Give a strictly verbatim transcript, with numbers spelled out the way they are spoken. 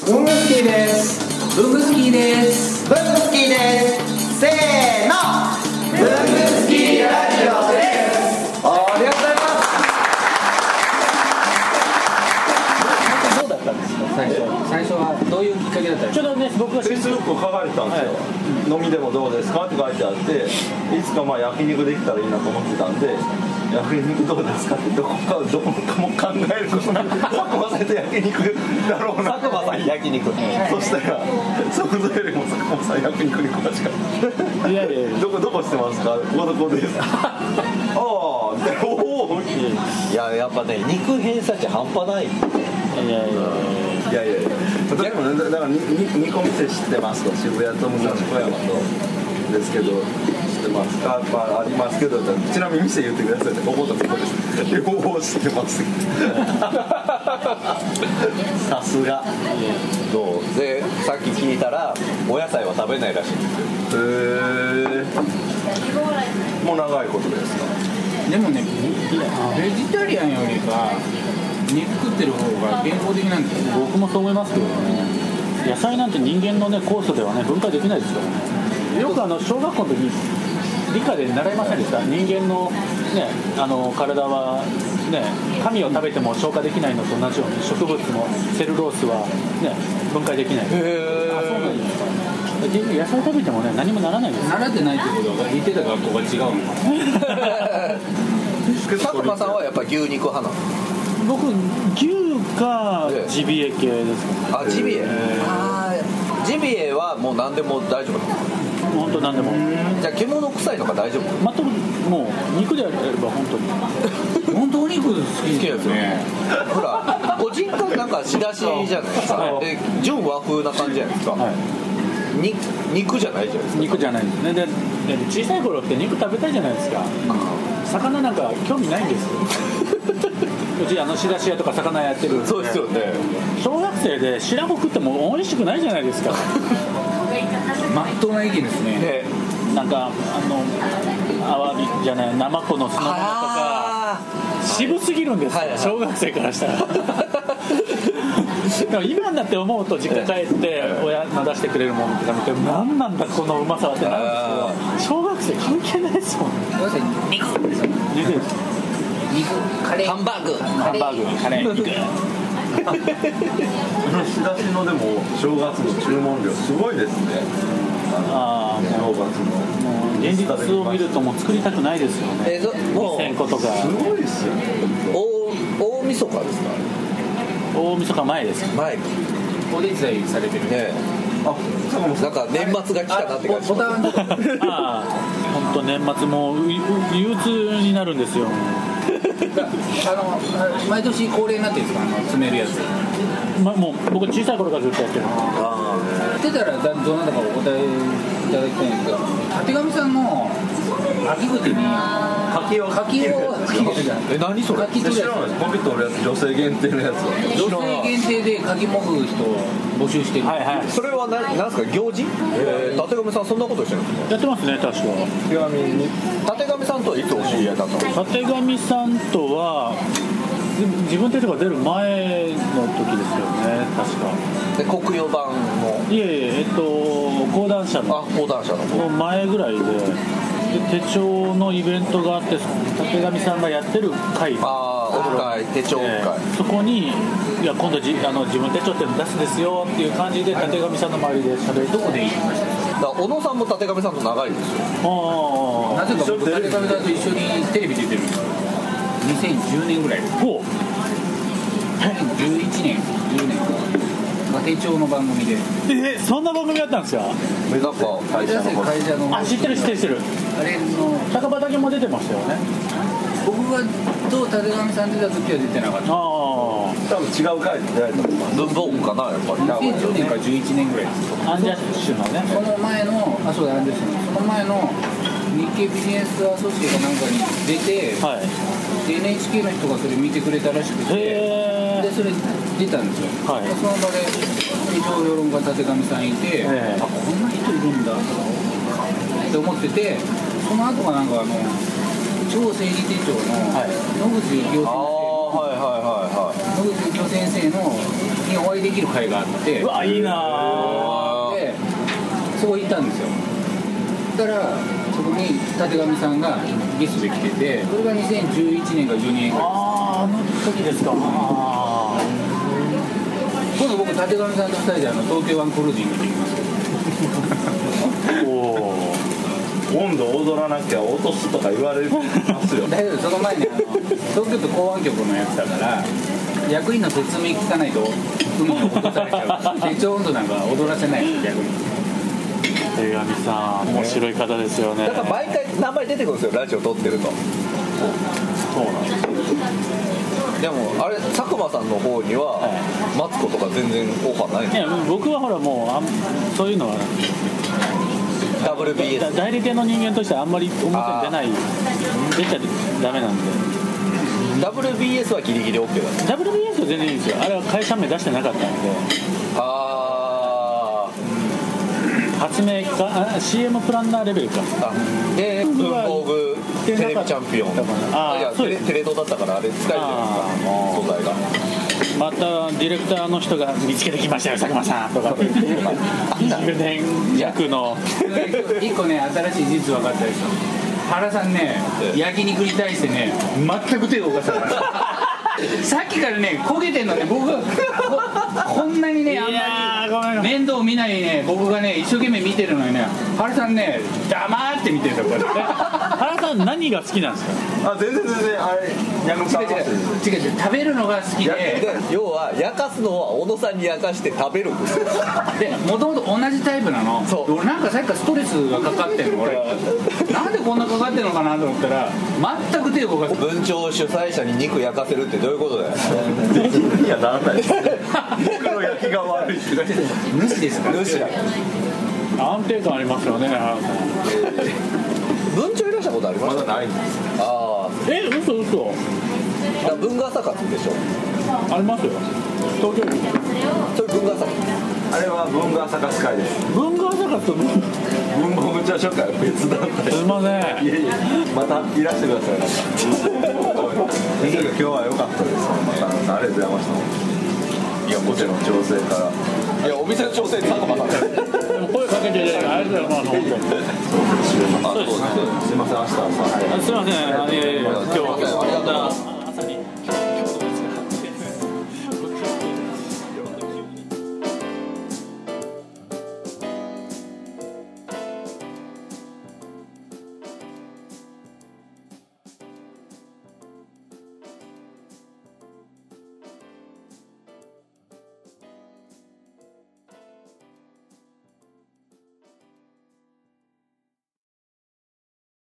ブングスキーです。 ブングスキーです。 ブングスキーです。せーの、 ブングスキーラジオです。 ありがとうございます。 どうだったんですか、最初。最初はどういうきっかけだったんですか。ちょっとね、僕がフェイスブックを書かれたんですよ、はい、飲みでもどうですかって書いてあって、いつかまあ焼肉できたらいいなと思ってたんで、焼肉どうですかってどこかどこかも考えることなく佐久間さんと焼肉だろうな。 佐久間さん焼肉、 そしたら想像よりも佐久間さん焼肉に詳しかった。いやいやどこどこしてますか、ここどこですああみたいな。おおいややっぱね、肉偏差値半端ない。いやいやいやいやいやいや、例えばね、だからにこ店知ってますと、渋谷と武蔵小山とですけど知ってますか、まあありますけど、ちなみに店言ってくださいね。こことここです。両方知ってますさすが。 どうで、さっき聞いたらお野菜は食べないらしいんですよ。 へえ。もう長いことですか。 でもね、ベジタリアンよりか肉食ってる方が健康的なんですよ。 僕もそう思いますけどね。野菜なんて人間のね酵素ではね分解できないですからね。よくあの小学校の時に理科で習いませんでした。人間のね、あの体はね、神を食べても消化できないのと同じように植物のセルロースはね分解できない。へえ。 あ、そうなんですか。野菜食べてもね何もならないです。 習ってないってことは言ってた学校が違うのかな。 佐久間さんはやっぱ牛肉派なの。 僕牛かジビエ系ですか。 あ、ジビエ。ああ、ジビエはもう何でも大丈夫なんですか。 本当何でも。 じゃあ獣臭いのが大丈夫。 全くもう肉であれば本当に本当お肉好きですよね。ほら、ご実家なんか仕出しじゃないですか。で、純和風な感じじゃないですか。はい、に肉じゃないじゃないですか。 肉じゃないですね。で、で小さい頃って肉食べたいじゃないですか。魚なんか興味ないんですよ。うちあの仕出し屋とか魚やってるんで。 そうですよね。 小学生で白子食っても美味しくないじゃないですか。 まっとうな意見ですね。 でなんかあのアワビじゃないナマコの砂物とか渋すぎるんですよ、はいはい、小学生からしたら。でも今になって思うと実家帰って親の出してくれるものとか見て何なんだこのうまさはってなるんですけど、小学生関係ないですもんね。 肉肉です肉カレーハンバーグハンバーグカレー肉あの仕出しのでも正月の注文量すごいですね。 ああ、 正月の現実を見るともう作りたくないですよね。 えー、もうにせんことかすごいですよね。 大大晦日ですか。 大晦日前です前お手伝いされてるね。あ、なんか年末が来たなって感じ。 ボタンああ、本当年末もう憂鬱になるんですよ。 あの毎年恒例になってるんですか、あの詰めるやつ。 ま、もう僕小さい頃からずっとやってる。 ああ、言ってたらどなたかお答えいただきたいんですが、たてがみさんの秋口に柿を柿をえ、何それ。 柿取るやつ。 ポケット折るやつ、女性限定のやつ。 女性限定で柿もぐ人を募集してる。 はいはい。 それは何なんですか、行事。えー、たてがみさんそんなことしてるんですか。 やってますね、確か。 たてがみさんとはいつお知り合いだったの。 たてがみさんとは自分手とか出る前の時ですよね、確か。 で、国用版の。 いえいえ、えっと講談社の。 あ、講談社の前ぐらいで。で手帳のイベントがあって、たてがみさんがやってる会、 あー、オフ会、手帳オフ会、 えー、そこにいや今度じあの自分手帳っての出すですよっていう感じでたてがみさんの周りで喋る。どこで言いました。 だから小野さんもたてがみさんと長いですよ。 あなぜか僕たてがみさんと一緒にテレビ出てるんですよ。にせんじゅうねんぐらいです。 ほう。 じゅういちねんじゅうねん手帳の番組で。 え、そんな番組やったんですか。 目指す会社の会社のあ、知ってる知ってる知ってる。 あれの高畑も出てましたよね。 僕がとたてがみさん出た時は出てなかった。 ああ、 多分違う回で出会えたと思います。 文房具かな、やっぱり。 にせんじゅうねんからじゅういちねんぐらいです。 アンジャッシュのね。 その前のあそうだアンジャッシュのその前の日経ビジネスアソシエかなんかに出て、 はい、 で エヌエイチケー の人がそれ見てくれたらしくて、でそれ出たんですよ。はい、でその場で手帳評論家たてがみさんいて、あこんな人いるんだって思ってて、その後がなんかあの超整理手帳の野口幸雄先生のはいはいはいはい。 野口幸雄先生のにお会いできる会があって、 うわいいなでそこ行ったんですよ。だからそこにたてがみさんがゲストで来てて、それがにせんじゅういちねんかじゅうにねんか。 あああの時ですか。あ今度僕たてがみさんとふたりであの東京湾クルージングで行きますよ。 おお今度踊らなきゃ落とすとか言われますよ。 だけどその前にあの東京都公安局のやつだから役員の説明聞かないと海に落とされちゃう。手帳温度なんか踊らせないです逆に。 手紙さん面白い方ですよね。 だから毎回名前出てくるんですよラジオ撮ってると。 そうなんです。 でもあれ佐久間さんの方には、はい、マツコとか全然オファーないんですか。 いや僕はほらもうあんそういうのはダブリュービーエス代理店の人間としてはあんまり表に出ない出ちゃダメなんで。 ダブリュービーエス はギリギリ OK だね。 ダブリュービーエス は全然いいんですよ。あれは会社名出してなかったんで。 ああ発明家 シーエム プランナーレベルか。 あで文房具テレビチャンピオン。 あいやテレテレ東だったからあれ使えるじゃないですか素材が。 またディレクターの人が見つけてきましたよ佐久間さんとかって言ってにじゅうねん弱の一個ね新しい事実分かったですよ。原さんね焼肉に対してね全く手を動かさないさっきからね焦げてんのね僕が こ, こんなにねあんまり面倒見ないね僕がね一生懸命見てるのにね原さんね黙って見てるんだから原さん何が好きなんですか。 あ全然全然あれ違う違う違う食べるのが好きでで要は焼かすのは小野さんに焼かして食べるんですよ。 でもともと同じタイプなの。 そう俺なんかさっきからストレスがかかってんの俺なんでこんなかかってんのかなと思ったら全く手を動かす。 文鳥主催者に肉焼かせるってどういうことだよ。 いやならないです肉の焼きが悪いって主ですから主だ安定感ありますよね。 文鳥いらしたことありますまだないんです。 ああえ嘘嘘だ文化サカツでしょ。 ありますよ東京に。 それ文化サカツ。 あれは文具朝活会です。 文化朝活文文房具茶紹介は別だったり。 すいません。 いえいえまたいらしてください。なんか今日は良かったです。またありがとうございました。いやもちろん調整から。 いやお店の調整佐久間さんでも声かけていただいてありがとうございます。 そうです。すいません明日はさ。 すいません。あの今日ありがとうございます。